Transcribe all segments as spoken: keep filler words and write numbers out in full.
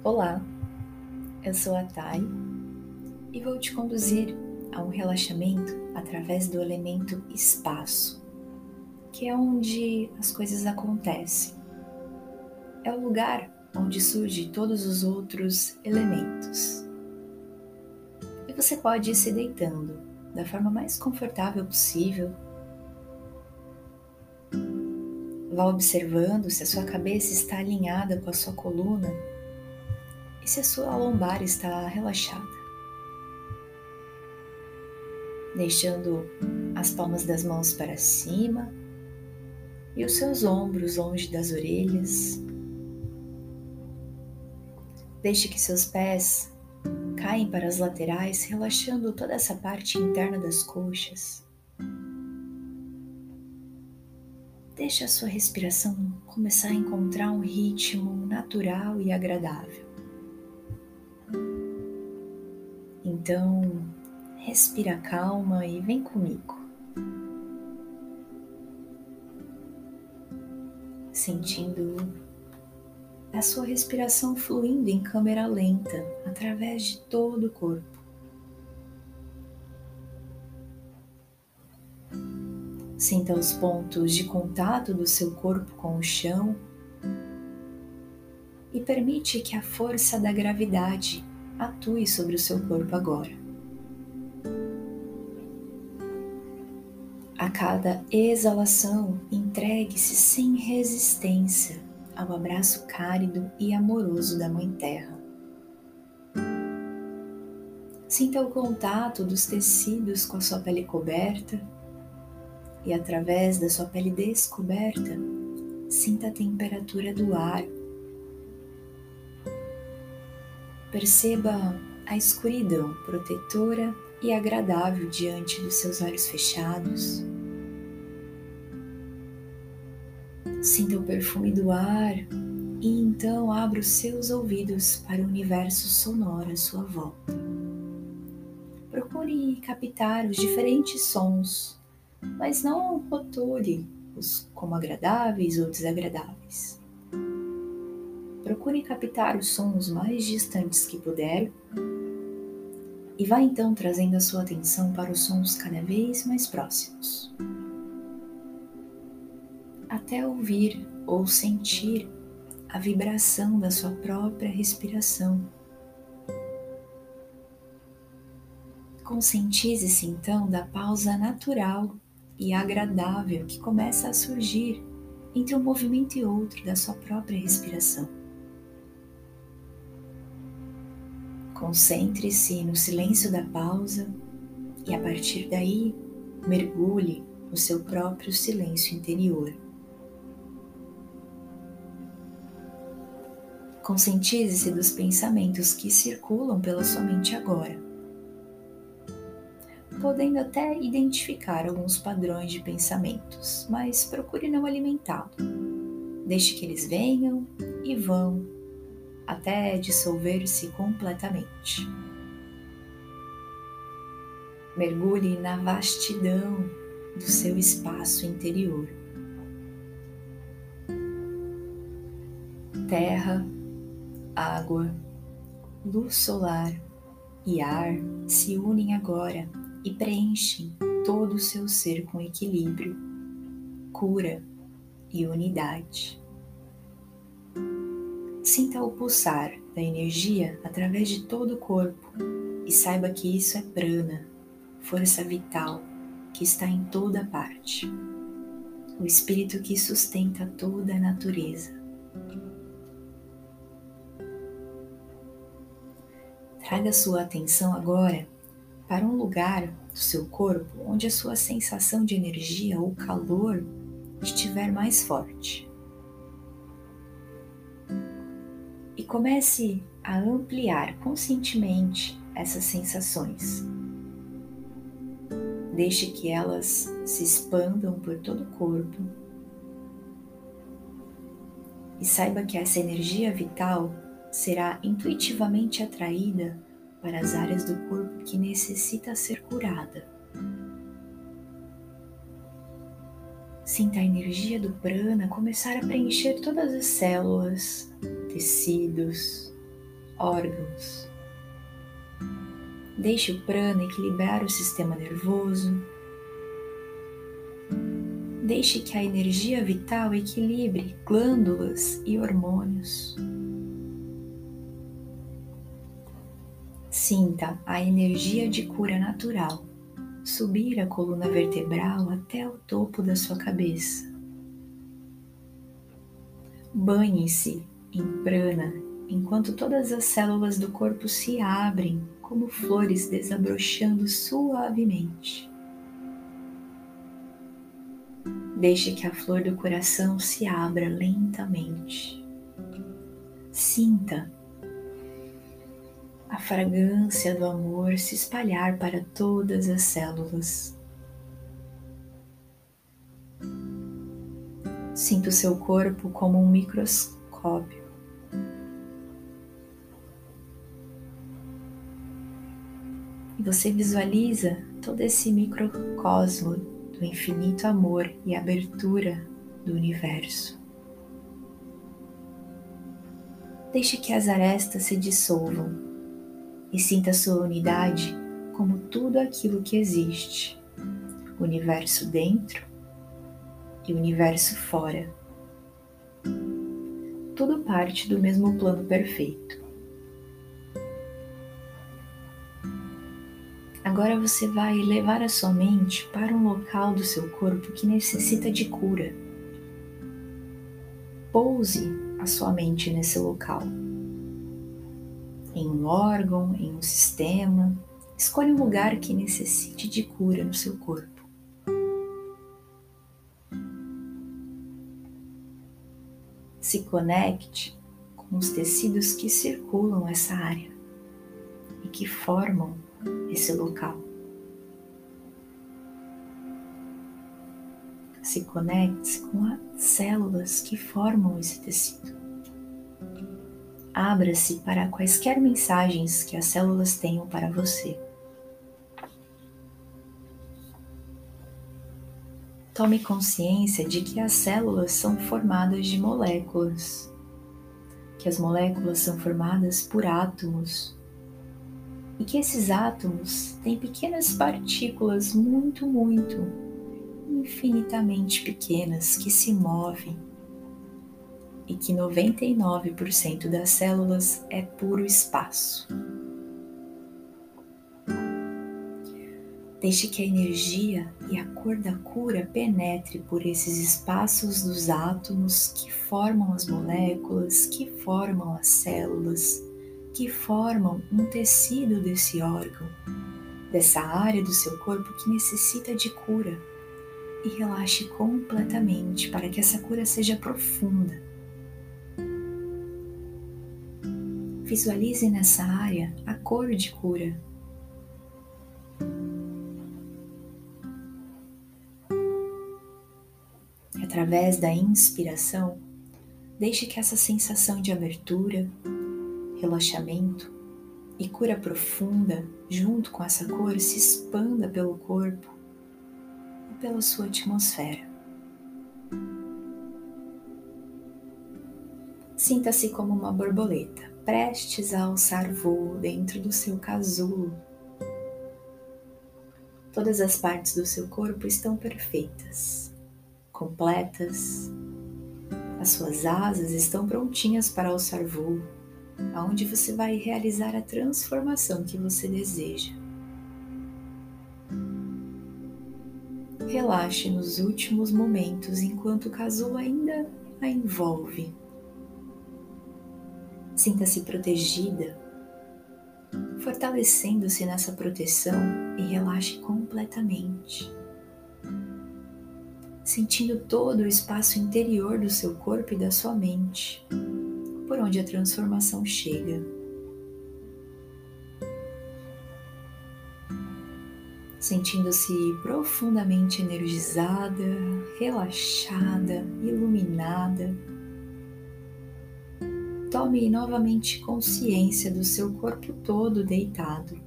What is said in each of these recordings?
Olá, eu sou a Thay e vou te conduzir a um relaxamento através do elemento espaço, que é onde as coisas acontecem. É o lugar onde surgem todos os outros elementos. E você pode ir se deitando da forma mais confortável possível. Vá observando se a sua cabeça está alinhada com a sua coluna e se a sua lombar está relaxada, deixando as palmas das mãos para cima e os seus ombros longe das orelhas. Deixe que seus pés caem para as laterais, relaxando toda essa parte interna das coxas. Deixe a sua respiração começar a encontrar um ritmo natural e agradável. Então, respira calma e vem comigo. Sentindo a sua respiração fluindo em câmera lenta através de todo o corpo. Sinta os pontos de contato do seu corpo com o chão e permite que a força da gravidade atue sobre o seu corpo agora. A cada exalação, entregue-se sem resistência ao abraço cálido e amoroso da Mãe Terra. Sinta o contato dos tecidos com a sua pele coberta e, através da sua pele descoberta, sinta a temperatura do ar. Perceba a escuridão protetora e agradável diante dos seus olhos fechados. Sinta o perfume do ar e então abra os seus ouvidos para o universo sonoro à sua volta. Procure captar os diferentes sons, mas não rotule-os como agradáveis ou desagradáveis. Procure captar os sons mais distantes que puder e vá então trazendo a sua atenção para os sons cada vez mais próximos, até ouvir ou sentir a vibração da sua própria respiração. Conscientize-se então da pausa natural e agradável que começa a surgir entre um movimento e outro da sua própria respiração. Concentre-se no silêncio da pausa e, a partir daí, mergulhe no seu próprio silêncio interior. Conscientize-se dos pensamentos que circulam pela sua mente agora, podendo até identificar alguns padrões de pensamentos, mas procure não alimentá-los. Deixe que eles venham e vão, até dissolver-se completamente. Mergulhe na vastidão do seu espaço interior. Terra, água, luz solar e ar se unem agora e preenchem todo o seu ser com equilíbrio, cura e unidade. Sinta o pulsar da energia através de todo o corpo e saiba que isso é prana, força vital que está em toda parte, o espírito que sustenta toda a natureza. Traga sua atenção agora para um lugar do seu corpo onde a sua sensação de energia ou calor estiver mais forte. E comece a ampliar conscientemente essas sensações. Deixe que elas se expandam por todo o corpo. E saiba que essa energia vital será intuitivamente atraída para as áreas do corpo que necessita ser curada. Sinta a energia do prana começar a preencher todas as células, tecidos, órgãos. Deixe o prana equilibrar o sistema nervoso. Deixe que a energia vital equilibre glândulas e hormônios. Sinta a energia de cura natural subir a coluna vertebral até o topo da sua cabeça. Banhe-se em prana enquanto todas as células do corpo se abrem como flores desabrochando suavemente. Deixe que a flor do coração se abra lentamente. Sinta a fragrância do amor se espalhar para todas as células. Sinta o seu corpo como um microscópio. E você visualiza todo esse microcosmo do infinito amor e abertura do universo. Deixe que as arestas se dissolvam e sinta sua unidade como tudo aquilo que existe, o universo dentro e o universo fora. Tudo parte do mesmo plano perfeito. Agora você vai levar a sua mente para um local do seu corpo que necessita de cura. Pouse a sua mente nesse local. Em um órgão, em um sistema. Escolha um lugar que necessite de cura no seu corpo. Se conecte com os tecidos que circulam essa área e que formam esse local. Se conecte com as células que formam esse tecido. Abra-se para quaisquer mensagens que as células tenham para você. Tome consciência de que as células são formadas de moléculas, que as moléculas são formadas por átomos e que esses átomos têm pequenas partículas muito, muito, infinitamente pequenas que se movem e que noventa e nove por cento das células é puro espaço. Deixe que a energia e a cor da cura penetre por esses espaços dos átomos que formam as moléculas, que formam as células, que formam um tecido desse órgão, dessa área do seu corpo que necessita de cura. E relaxe completamente para que essa cura seja profunda. Visualize nessa área a cor de cura. Através da inspiração, deixe que essa sensação de abertura, relaxamento e cura profunda, junto com essa cor, se expanda pelo corpo e pela sua atmosfera. Sinta-se como uma borboleta, prestes a alçar voo dentro do seu casulo. Todas as partes do seu corpo estão perfeitas, completas. As suas asas estão prontinhas para alçar voo, aonde você vai realizar a transformação que você deseja. Relaxe nos últimos momentos enquanto o casulo ainda a envolve. Sinta-se protegida, fortalecendo-se nessa proteção e relaxe completamente, sentindo todo o espaço interior do seu corpo e da sua mente, por onde a transformação chega. Sentindo-se profundamente energizada, relaxada, iluminada. Tome novamente consciência do seu corpo todo deitado.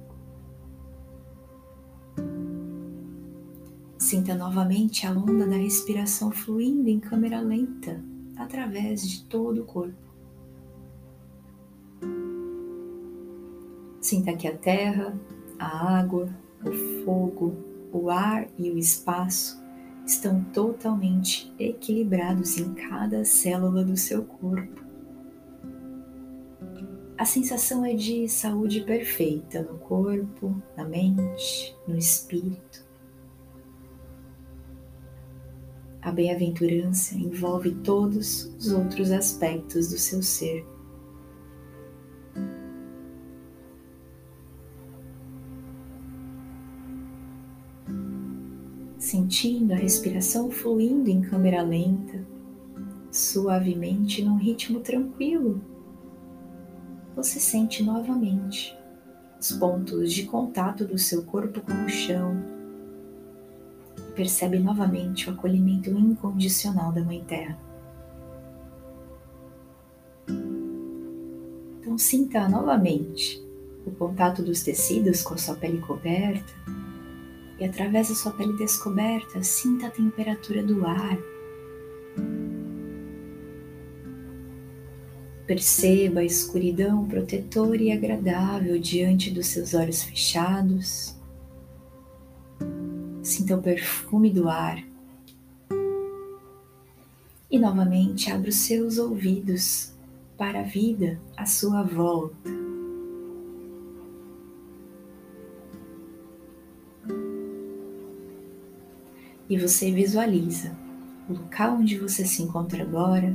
Sinta novamente a onda da respiração fluindo em câmera lenta através de todo o corpo. Sinta que a terra, a água, o fogo, o ar e o espaço estão totalmente equilibrados em cada célula do seu corpo. A sensação é de saúde perfeita no corpo, na mente, no espírito. A bem-aventurança envolve todos os outros aspectos do seu ser. Sentindo a respiração fluindo em câmera lenta, suavemente num ritmo tranquilo, você sente novamente os pontos de contato do seu corpo com o chão e percebe novamente o acolhimento incondicional da Mãe Terra. Então sinta novamente o contato dos tecidos com a sua pele coberta e através da sua pele descoberta, sinta a temperatura do ar. Perceba a escuridão protetora e agradável diante dos seus olhos fechados. Sinta o perfume do ar. E novamente abra os seus ouvidos para a vida à sua volta. E você visualiza o local onde você se encontra agora,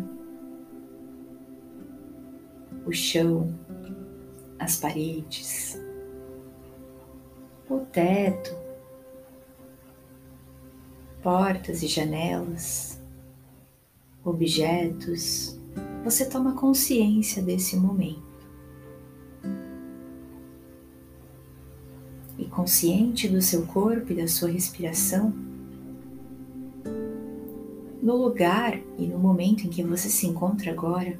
o chão, as paredes, o teto, portas e janelas, objetos. Você toma consciência desse momento. E consciente do seu corpo e da sua respiração, no lugar e no momento em que você se encontra agora,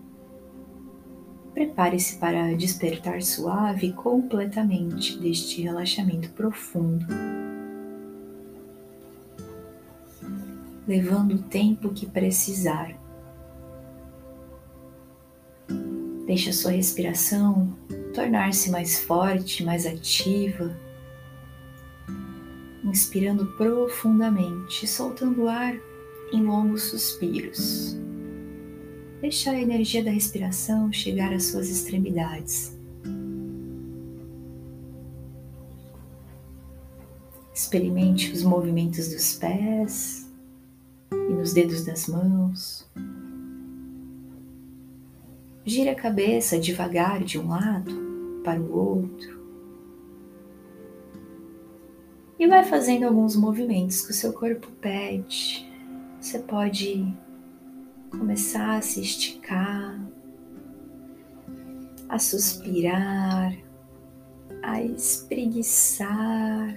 prepare-se para despertar suave completamente deste relaxamento profundo, levando o tempo que precisar. Deixe a sua respiração tornar-se mais forte, mais ativa, inspirando profundamente, soltando o ar em longos suspiros. Deixe a energia da respiração chegar às suas extremidades. Experimente os movimentos dos pés e nos dedos das mãos. Gire a cabeça devagar de um lado para o outro. E vai fazendo alguns movimentos que o seu corpo pede. Você pode começar a se esticar, a suspirar, a espreguiçar.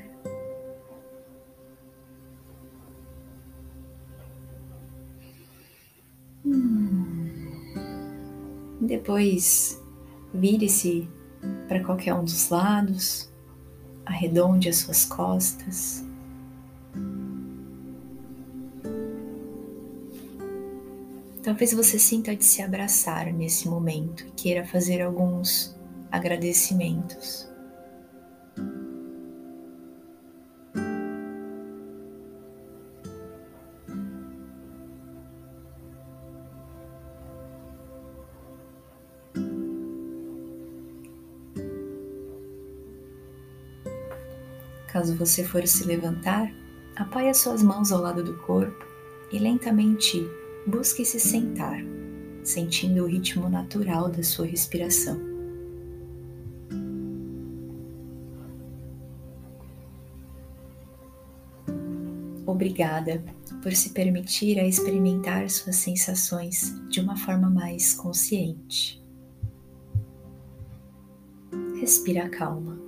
Hum. Depois, vire-se para qualquer um dos lados, arredonde as suas costas. Talvez você sinta de se abraçar nesse momento e queira fazer alguns agradecimentos. Caso você for se levantar, apoie as suas mãos ao lado do corpo e lentamente busque se sentar, sentindo o ritmo natural da sua respiração. Obrigada por se permitir a experimentar suas sensações de uma forma mais consciente. Respira calma.